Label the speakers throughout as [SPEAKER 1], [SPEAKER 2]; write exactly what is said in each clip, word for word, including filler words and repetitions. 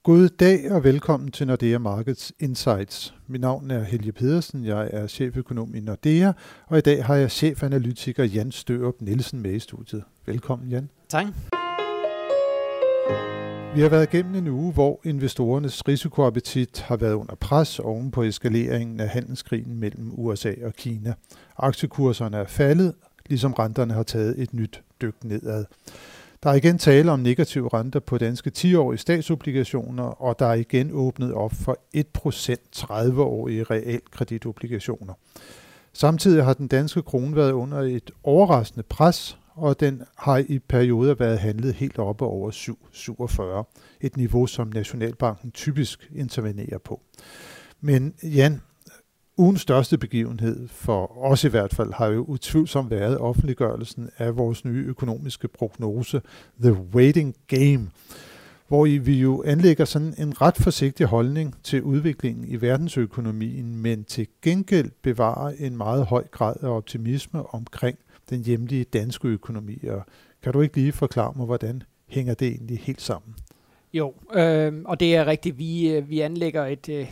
[SPEAKER 1] God dag og velkommen til Nordea Markets Insights. Mit navn er Helge Pedersen, jeg er cheføkonom i Nordea, og i dag har jeg chefanalytiker Jan Størup Nielsen med i studiet. Velkommen, Jan.
[SPEAKER 2] Tak.
[SPEAKER 1] Vi har været igennem en uge, hvor investorernes risikoappetit har været under pres oven på eskaleringen af handelskrigen mellem U S A og Kina. Aktiekurserne er faldet, ligesom renterne har taget et nyt dyk nedad. Der er igen tale om negative renter på danske ti-årige statsobligationer, og der er igen åbnet op for et procent tredive-årige realkreditobligationer. Samtidig har den danske krone været under et overraskende pres, og den har i perioder været handlet helt oppe over syv komma syvogfyrre, et niveau, som Nationalbanken typisk intervenerer på. Men Jan, ugens største begivenhed, for os i hvert fald, har jo utvivlsomt været offentliggørelsen af vores nye økonomiske prognose, The Waiting Game, hvor vi jo anlægger sådan en ret forsigtig holdning til udviklingen i verdensøkonomien, men til gengæld bevarer en meget høj grad af optimisme omkring den hjemlige danske økonomi. Og kan du ikke lige forklare mig, hvordan hænger det egentlig helt sammen?
[SPEAKER 2] Jo, øh, og det er rigtigt. Vi, vi anlægger et... Øh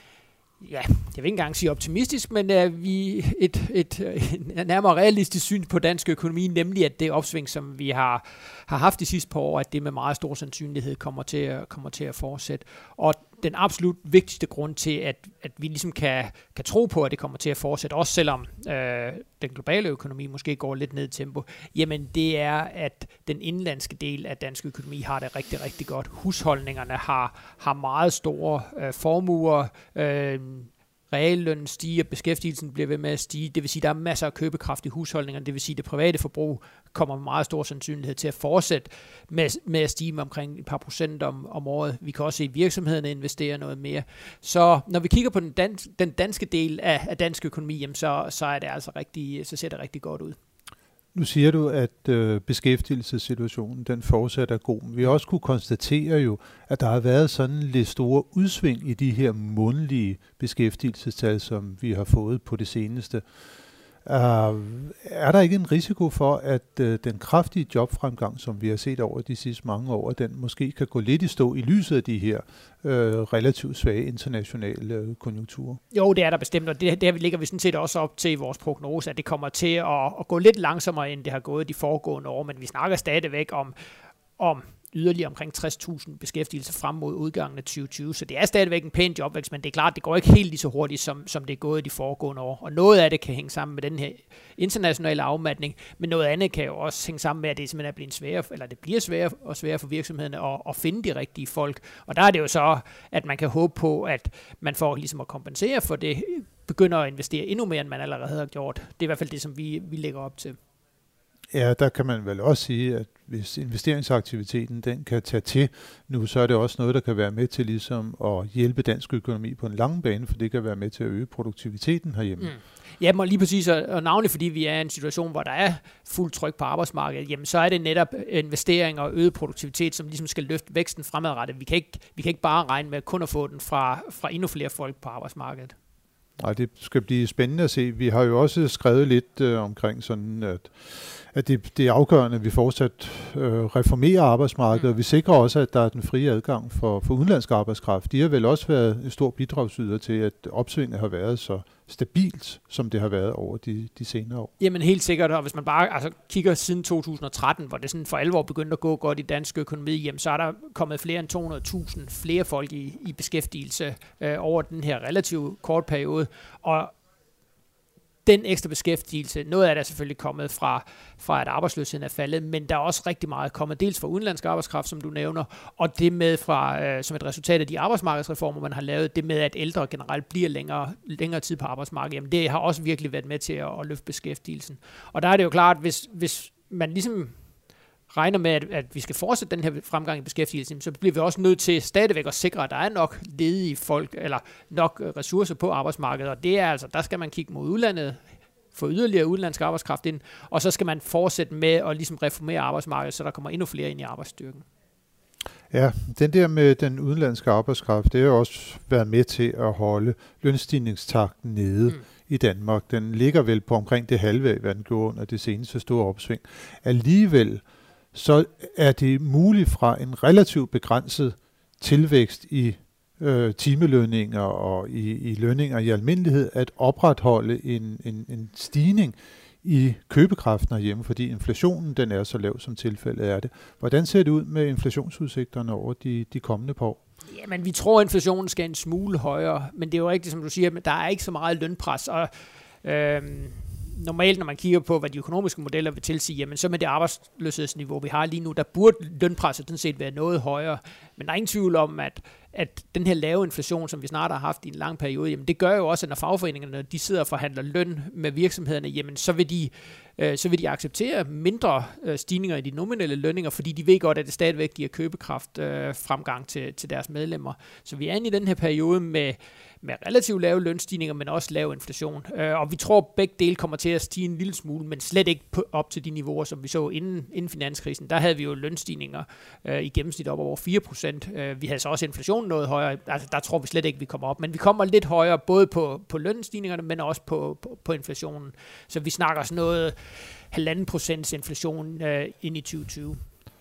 [SPEAKER 2] Ja, jeg vil ikke engang sige optimistisk, men uh, vi et, et, et nærmere realistisk syn på dansk økonomi, nemlig at det opsving, som vi har, har haft de sidste par år, at det med meget stor sandsynlighed kommer til at, kommer til at fortsætte. Og den absolut vigtigste grund til, at, at vi ligesom kan, kan tro på, at det kommer til at fortsætte, også selvom øh, den globale økonomi måske går lidt ned i tempo, jamen det er, at den indlandske del af dansk økonomi har det rigtig, rigtig godt. Husholdningerne har, har meget store øh, formuer, øh, reallønnen stiger, beskæftigelsen bliver ved med at stige, det vil sige, at der er masser af købekraft i husholdningerne, det vil sige, at det private forbrug kommer med meget stor sandsynlighed til at fortsætte med, med at stige med omkring et par procent om, om året. Vi kan også se, at virksomhederne investerer noget mere. Så når vi kigger på den, dans, den danske del af, af dansk økonomi, jamen så, så, er det altså rigtig, så ser det rigtig godt ud.
[SPEAKER 1] Nu siger du, at øh, beskæftigelsessituationen den fortsat er god. Vi har også kunne konstatere jo, at der har været sådan lidt store udsving i de her månedlige beskæftigelsestal, som vi har fået på det seneste. Uh, er der ikke en risiko for, at uh, den kraftige jobfremgang, som vi har set over de sidste mange år, den måske kan gå lidt i stå i lyset af de her uh, relativt svage internationale uh, konjunkturer?
[SPEAKER 2] Jo, det er der bestemt, og det, der ligger vi sådan set også op til i vores prognose, at det kommer til at, at gå lidt langsommere, end det har gået de foregående år, men vi snakker stadigvæk om, om yderligere omkring tres tusind beskæftigelser frem mod udgangen af tyve tyve, så det er stadigvæk en pæn jobvækst, men det er klart, det går ikke helt lige så hurtigt, som, som det er gået de foregående år, og noget af det kan hænge sammen med den her internationale afmatning, men noget andet kan jo også hænge sammen med, at det simpelthen er blevet sværere, eller det bliver sværere og sværere for virksomhederne at, at finde de rigtige folk, og der er det jo så, at man kan håbe på, at man får ligesom at kompensere for det, begynder at investere endnu mere, end man allerede har gjort. Det er i hvert fald det, som vi, vi lægger op til.
[SPEAKER 1] Ja, der kan man vel også sige, at hvis investeringsaktiviteten den kan tage til nu, så er det også noget, der kan være med til ligesom at hjælpe dansk økonomi på en lang bane, for det kan være med til at øge produktiviteten herhjemme. Mm.
[SPEAKER 2] Ja, og lige præcis, og navnlig fordi vi er i en situation, hvor der er fuld tryk på arbejdsmarkedet, jamen så er det netop investeringer og øget produktivitet, som ligesom skal løfte væksten fremadrettet. Vi kan ikke, vi kan ikke bare regne med kun at få den fra, fra endnu flere folk på arbejdsmarkedet.
[SPEAKER 1] Nej, det skal blive spændende at se. Vi har jo også skrevet lidt øh, omkring sådan, at, at det, det er afgørende, at vi fortsat øh, reformerer arbejdsmarkedet, og vi sikrer også, at der er den frie adgang for, for udenlandsk arbejdskraft. De har vel også været en stor bidragsyder til, at opsvinget har været så stabilt, som det har været over de, de senere år.
[SPEAKER 2] Jamen helt sikkert, og hvis man bare altså, kigger siden to tusind og tretten, hvor det sådan for alvor begyndte at gå godt i dansk økonomi, jamen, så er der kommet flere end to hundrede tusind flere folk i, i beskæftigelse øh, over den her relativt kort periode, og den ekstra beskæftigelse, noget af det er selvfølgelig kommet fra, fra at arbejdsløsheden er faldet, men der er også rigtig meget kommet, dels fra udenlandsk arbejdskraft, som du nævner, og det med fra, øh, som et resultat af de arbejdsmarkedsreformer, man har lavet, det med, at ældre generelt bliver længere, længere tid på arbejdsmarkedet, jamen det har også virkelig været med til at, at løfte beskæftigelsen. Og der er det jo klart, hvis, hvis man ligesom regner med, at, at vi skal fortsætte den her fremgang i beskæftigelsen, så bliver vi også nødt til stadigvæk at sikre, at der er nok ledige folk, eller nok ressourcer på arbejdsmarkedet, og det er altså, der skal man kigge mod udlandet, få yderligere udenlandsk arbejdskraft ind, og så skal man fortsætte med at ligesom reformere arbejdsmarkedet, så der kommer endnu flere ind i arbejdsstyrken.
[SPEAKER 1] Ja, den der med den udenlandske arbejdskraft, det har også været med til at holde lønstigningstakten nede mm. i Danmark. Den ligger vel på omkring det halve af, hvad den gjorde under det seneste store opsving. Alligevel så er det muligt fra en relativt begrænset tilvækst i øh, timelønninger og i, i lønninger i almindelighed at opretholde en, en, en stigning i købekraften herhjemme, fordi inflationen den er så lav, som tilfældet er det. Hvordan ser det ud med inflationsudsigterne over de, de kommende par år?
[SPEAKER 2] Jamen, vi tror, at inflationen skal en smule højere, men det er jo rigtigt, som du siger, at der er ikke så meget lønpres, og øhm, normalt, når man kigger på, hvad de økonomiske modeller vil tilsige, jamen så med det arbejdsløshedsniveau, vi har lige nu, der burde lønpresset den set være noget højere, men der er ingen tvivl om, at at den her lave inflation, som vi snart har haft i en lang periode, jamen det gør jo også, at når fagforeningerne de sidder og forhandler løn med virksomhederne, jamen så vil de, øh, så vil de acceptere mindre øh, stigninger i de nominelle lønninger, fordi de ved godt, at det stadigvæk giver købekraft øh, fremgang til, til deres medlemmer. Så vi er inde i den her periode med, med relativt lave lønstigninger, men også lav inflation. Øh, og vi tror, at begge dele kommer til at stige en lille smule, men slet ikke på, op til de niveauer, som vi så inden, inden finanskrisen. Der havde vi jo lønstigninger øh, i gennemsnit op over fire procent. Øh, vi havde så også inflation noget højere. Altså, der tror vi slet ikke, vi kommer op. Men vi kommer lidt højere, både på, på lønstigningerne, men også på, på, på inflationen. Så vi snakker sådan noget halvanden procents inflation øh, ind i tyve tyve.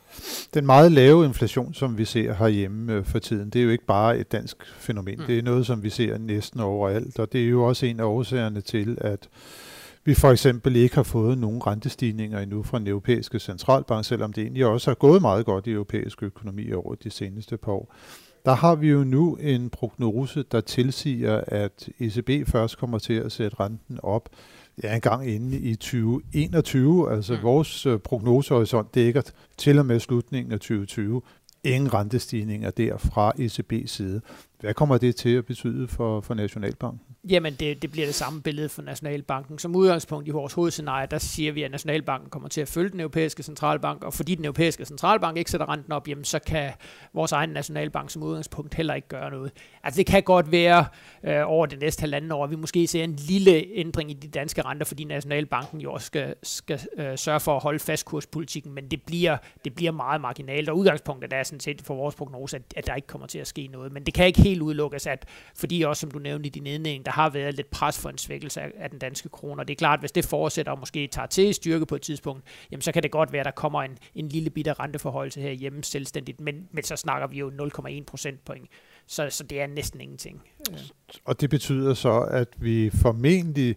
[SPEAKER 1] Den meget lave inflation, som vi ser herhjemme øh, for tiden, det er jo ikke bare et dansk fænomen. Mm. Det er noget, som vi ser næsten overalt, og det er jo også en af årsagerne til, at vi for eksempel ikke har fået nogen rentestigninger endnu fra den europæiske centralbank, selvom det egentlig også har gået meget godt i europæisk økonomi over de seneste par år. Der har vi jo nu en prognose, der tilsiger, at E C B først kommer til at sætte renten op ja, en gang inde i tyve enogtyve. Altså mm. vores øh, prognosehorisont dækker til og med slutningen af tyve tyve. Ingen rentestigninger der fra E C B's side. Hvad kommer det til at betyde for, for Nationalbanken?
[SPEAKER 2] Jamen, det, det bliver det samme billede for Nationalbanken. Som udgangspunkt i vores hovedscenarie, der siger vi, at Nationalbanken kommer til at følge den europæiske centralbank, og fordi den europæiske centralbank ikke sætter renten op, jamen, så kan vores egen Nationalbank som udgangspunkt heller ikke gøre noget. Altså, det kan godt være øh, over det næste halvanden år, at vi måske ser en lille ændring i de danske renter, fordi Nationalbanken jo også skal, skal øh, sørge for at holde fastkurspolitikken, men det bliver, det bliver meget marginalt, og udgangspunktet er sådan set for vores prognose, at, at der ikke kommer til at ske noget. Men det kan ikke helt udelukkes, at fordi også, som du nævnte i din indledning, der har været lidt pres for en svækkelse af, af den danske krone, og det er klart, at hvis det fortsætter og måske tager til i styrke på et tidspunkt, jamen så kan det godt være, at der kommer en, en lille bitte renteforholdelse her hjemme selvstændigt, men, men så snakker vi jo nul komma en procentpoint, så, så det er næsten ingenting.
[SPEAKER 1] Og det betyder så, at vi formentlig,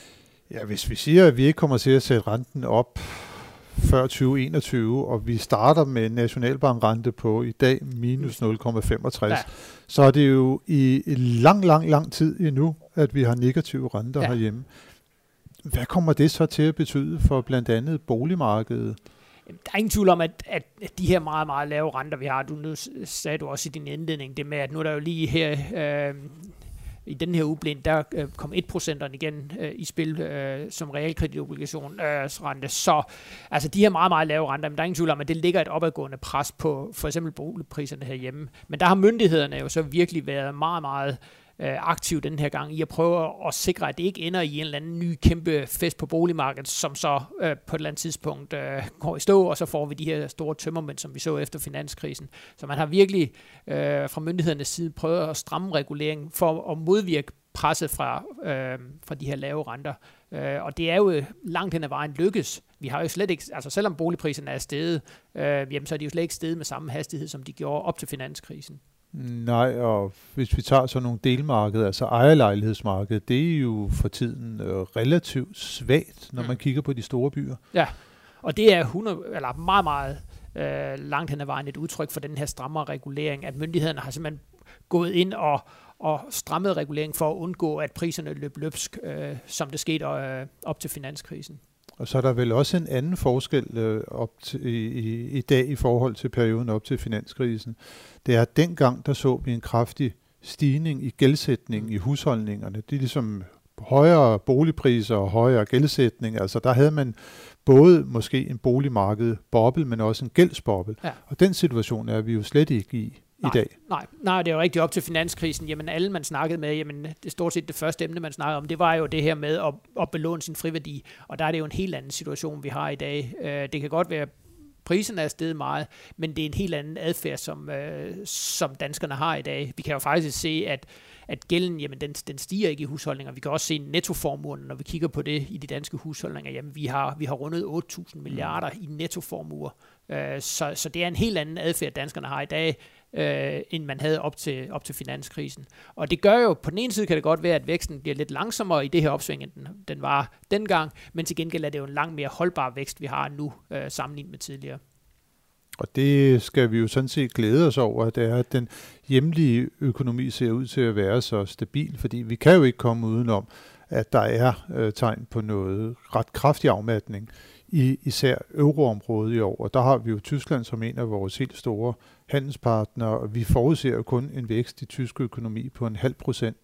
[SPEAKER 1] ja, hvis vi siger, at vi ikke kommer til at sætte renten op før tyve enogtyve, og vi starter med en nationalbankrente på i dag minus nul komma femogtres, ja. Så er det jo i lang, lang, lang tid endnu, at vi har negative renter ja. herhjemme. Hvad kommer det så til at betyde for blandt andet boligmarkedet?
[SPEAKER 2] Der er ingen tvivl om, at, at de her meget, meget lave renter, vi har, du nu sagde du også i din indledning, det med, at nu er der jo lige her øh, i den her uge, der øh, kom et procent igen øh, i spil øh, som realkreditobligation øh, rente. Så altså de her meget, meget lave renter, men der er ingen tvivl om, at det ligger et opadgående pres på for eksempel boligpriserne herhjemme. Men der har myndighederne jo så virkelig været meget, meget øh, aktive den her gang i at prøve at sikre, at det ikke ender i en eller anden ny kæmpe fest på boligmarkedet, som så øh, på et eller andet tidspunkt øh, går i stå, og så får vi de her store tømmermænd, som vi så efter finanskrisen. Så man har virkelig øh, fra myndighedernes side prøvet at stramme reguleringen for at modvirke presset fra, øh, fra de her lave renter. Øh, og det er jo langt hen ad vejen lykkes. Vi har jo slet ikke, altså selvom boligpriserne er steget, øh, jamen, så er de jo slet ikke steget med samme hastighed, som de gjorde op til finanskrisen.
[SPEAKER 1] Nej, og hvis vi tager sådan nogle delmarkeder, altså ejerlejlighedsmarkedet, det er jo for tiden øh, relativt svagt, når mm. man kigger på de store byer.
[SPEAKER 2] Ja, og det er hundrede, eller meget, meget øh, langt hen ad vejen et udtryk for den her strammere regulering, at myndighederne har simpelthen gået ind og, og strammet regulering for at undgå, at priserne løb løbsk, øh, som det skete øh, op til finanskrisen.
[SPEAKER 1] Og så er der vel også en anden forskel øh, op til, i, i, i dag i forhold til perioden op til finanskrisen. Det er, at dengang der så vi en kraftig stigning i gældsætningen i husholdningerne. Det er ligesom højere boligpriser og højere gældsætning. Altså der havde man både måske en boligmarked boble, men også en gældsboble. Ja. Og den situation er vi jo slet ikke i.
[SPEAKER 2] Nej,
[SPEAKER 1] i dag.
[SPEAKER 2] Nej, nej, det er jo rigtigt op til finanskrisen. Jamen alle man snakkede med, jamen det er stort set det første emne, man snakkede om, det var jo det her med at, at belåne sin friværdi. Og der er det jo en helt anden situation, vi har i dag. Det kan godt være, priserne er steget meget, men det er en helt anden adfærd, som, som danskerne har i dag. Vi kan jo faktisk se, at at gælden, jamen den, den stiger ikke i husholdninger. Vi kan også se nettoformuerne, når vi kigger på det i de danske husholdninger. Jamen vi har, vi har rundet otte tusind milliarder i nettoformuer. Øh, så, så det er en helt anden adfærd, danskerne har i dag, øh, end man havde op til, op til finanskrisen. Og det gør jo, på den ene side kan det godt være, at væksten bliver lidt langsommere i det her opsving, end den, den var dengang, men til gengæld er det jo en langt mere holdbar vækst, vi har nu, øh, sammenlignet med tidligere.
[SPEAKER 1] Og det skal vi jo sådan set glæde os over, at det er, at den hjemlige økonomi ser ud til at være så stabil, fordi vi kan jo ikke komme udenom, at der er øh, tegn på noget ret kraftig afmatning i især euroområdet i år. Og der har vi jo Tyskland som en af vores helt store handelspartnere, og vi forudser jo kun en vækst i tysk økonomi på en halv procent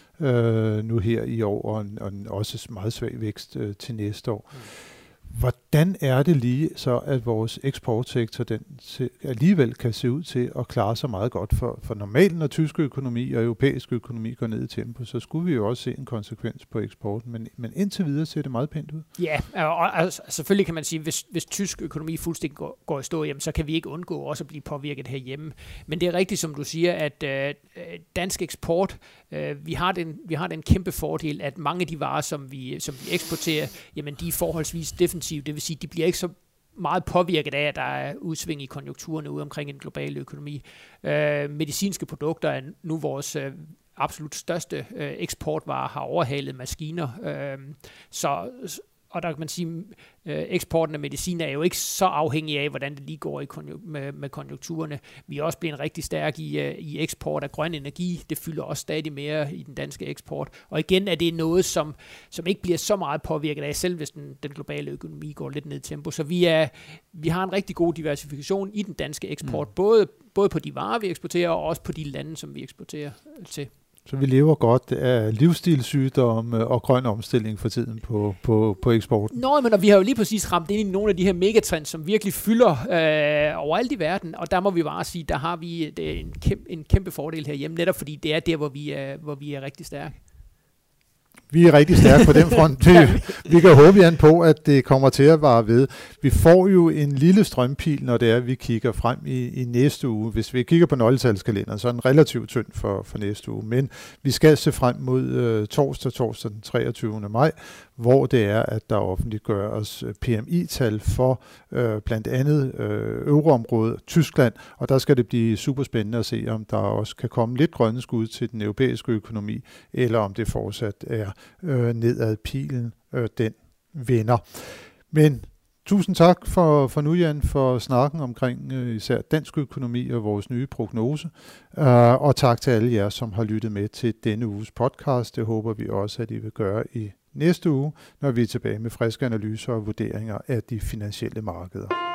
[SPEAKER 1] øh, nu her i år, og, en, og en også meget svag vækst øh, til næste år. Mm. Hvordan er det lige så, at vores eksportsektor den se, alligevel kan se ud til at klare sig meget godt? For, for normalt, når tysk økonomi og europæisk økonomi går ned i tempo, så skulle vi jo også se en konsekvens på eksporten. Men, men indtil videre ser det meget pænt ud. Ja,
[SPEAKER 2] og altså, selvfølgelig kan man sige, hvis, hvis tysk økonomi fuldstændig går, går i stå, jamen, så kan vi ikke undgå også at blive påvirket herhjemme. Men det er rigtigt, som du siger, at øh, dansk eksport, øh, vi, har den, vi har den kæmpe fordel, at mange af de varer, som vi, som vi eksporterer, jamen, de er forholdsvis defensive. Det vil sige, at de bliver ikke så meget påvirket af, at der er udsving i konjunkturerne ude omkring en global økonomi. Øh, medicinske produkter er nu vores øh, absolut største øh, eksportvare, har overhalet maskiner. Øh, så, og der kan man sige, at øh, eksporten af medicin er jo ikke så afhængig af, hvordan det lige går i konju- med, med konjunkturerne. Vi er også blevet rigtig stærke i, uh, i eksport af grøn energi. Det fylder også stadig mere i den danske eksport. Og igen er det noget, som, som ikke bliver så meget påvirket af, selv hvis den, den globale økonomi går lidt ned i tempo. Så vi, er, vi har en rigtig god diversifikation i den danske eksport, mm. både, både på de varer, vi eksporterer, og også på de lande, som vi eksporterer til.
[SPEAKER 1] Så vi lever godt af livsstilssygdomme og grøn omstilling for tiden på, på, på eksporten.
[SPEAKER 2] Nå, men og vi har jo lige præcis ramt ind i nogle af de her megatrends, som virkelig fylder øh, overalt i verden, og der må vi bare sige, der har vi det en, kæmpe, en kæmpe fordel herhjemme, netop fordi det er der, hvor vi er, hvor vi er rigtig stærke.
[SPEAKER 1] Vi er rigtig stærke på den front. Vi kan håbe igen på, at det kommer til at vare ved. Vi får jo en lille strømpil, når det er, at vi kigger frem i, i næste uge. Hvis vi kigger på nøgletalskalenderen, så er den relativt tynd for, for næste uge. Men vi skal se frem mod øh, torsdag, torsdag den treogtyvende maj, hvor det er, at der offentliggøres P M I-tal for øh, blandt andet øh, euroområdet, Tyskland, og der skal det blive super spændende at se, om der også kan komme lidt grønne skud til den europæiske økonomi, eller om det fortsat er øh, nedad pilen, øh, den vender. Men tusind tak for, for nu, Jan, for snakken omkring øh, især dansk økonomi og vores nye prognose. Uh, og tak til alle jer, som har lyttet med til denne uges podcast. Det håber vi også, at I vil gøre i næste uge, når vi er tilbage med friske analyser og vurderinger af de finansielle markeder.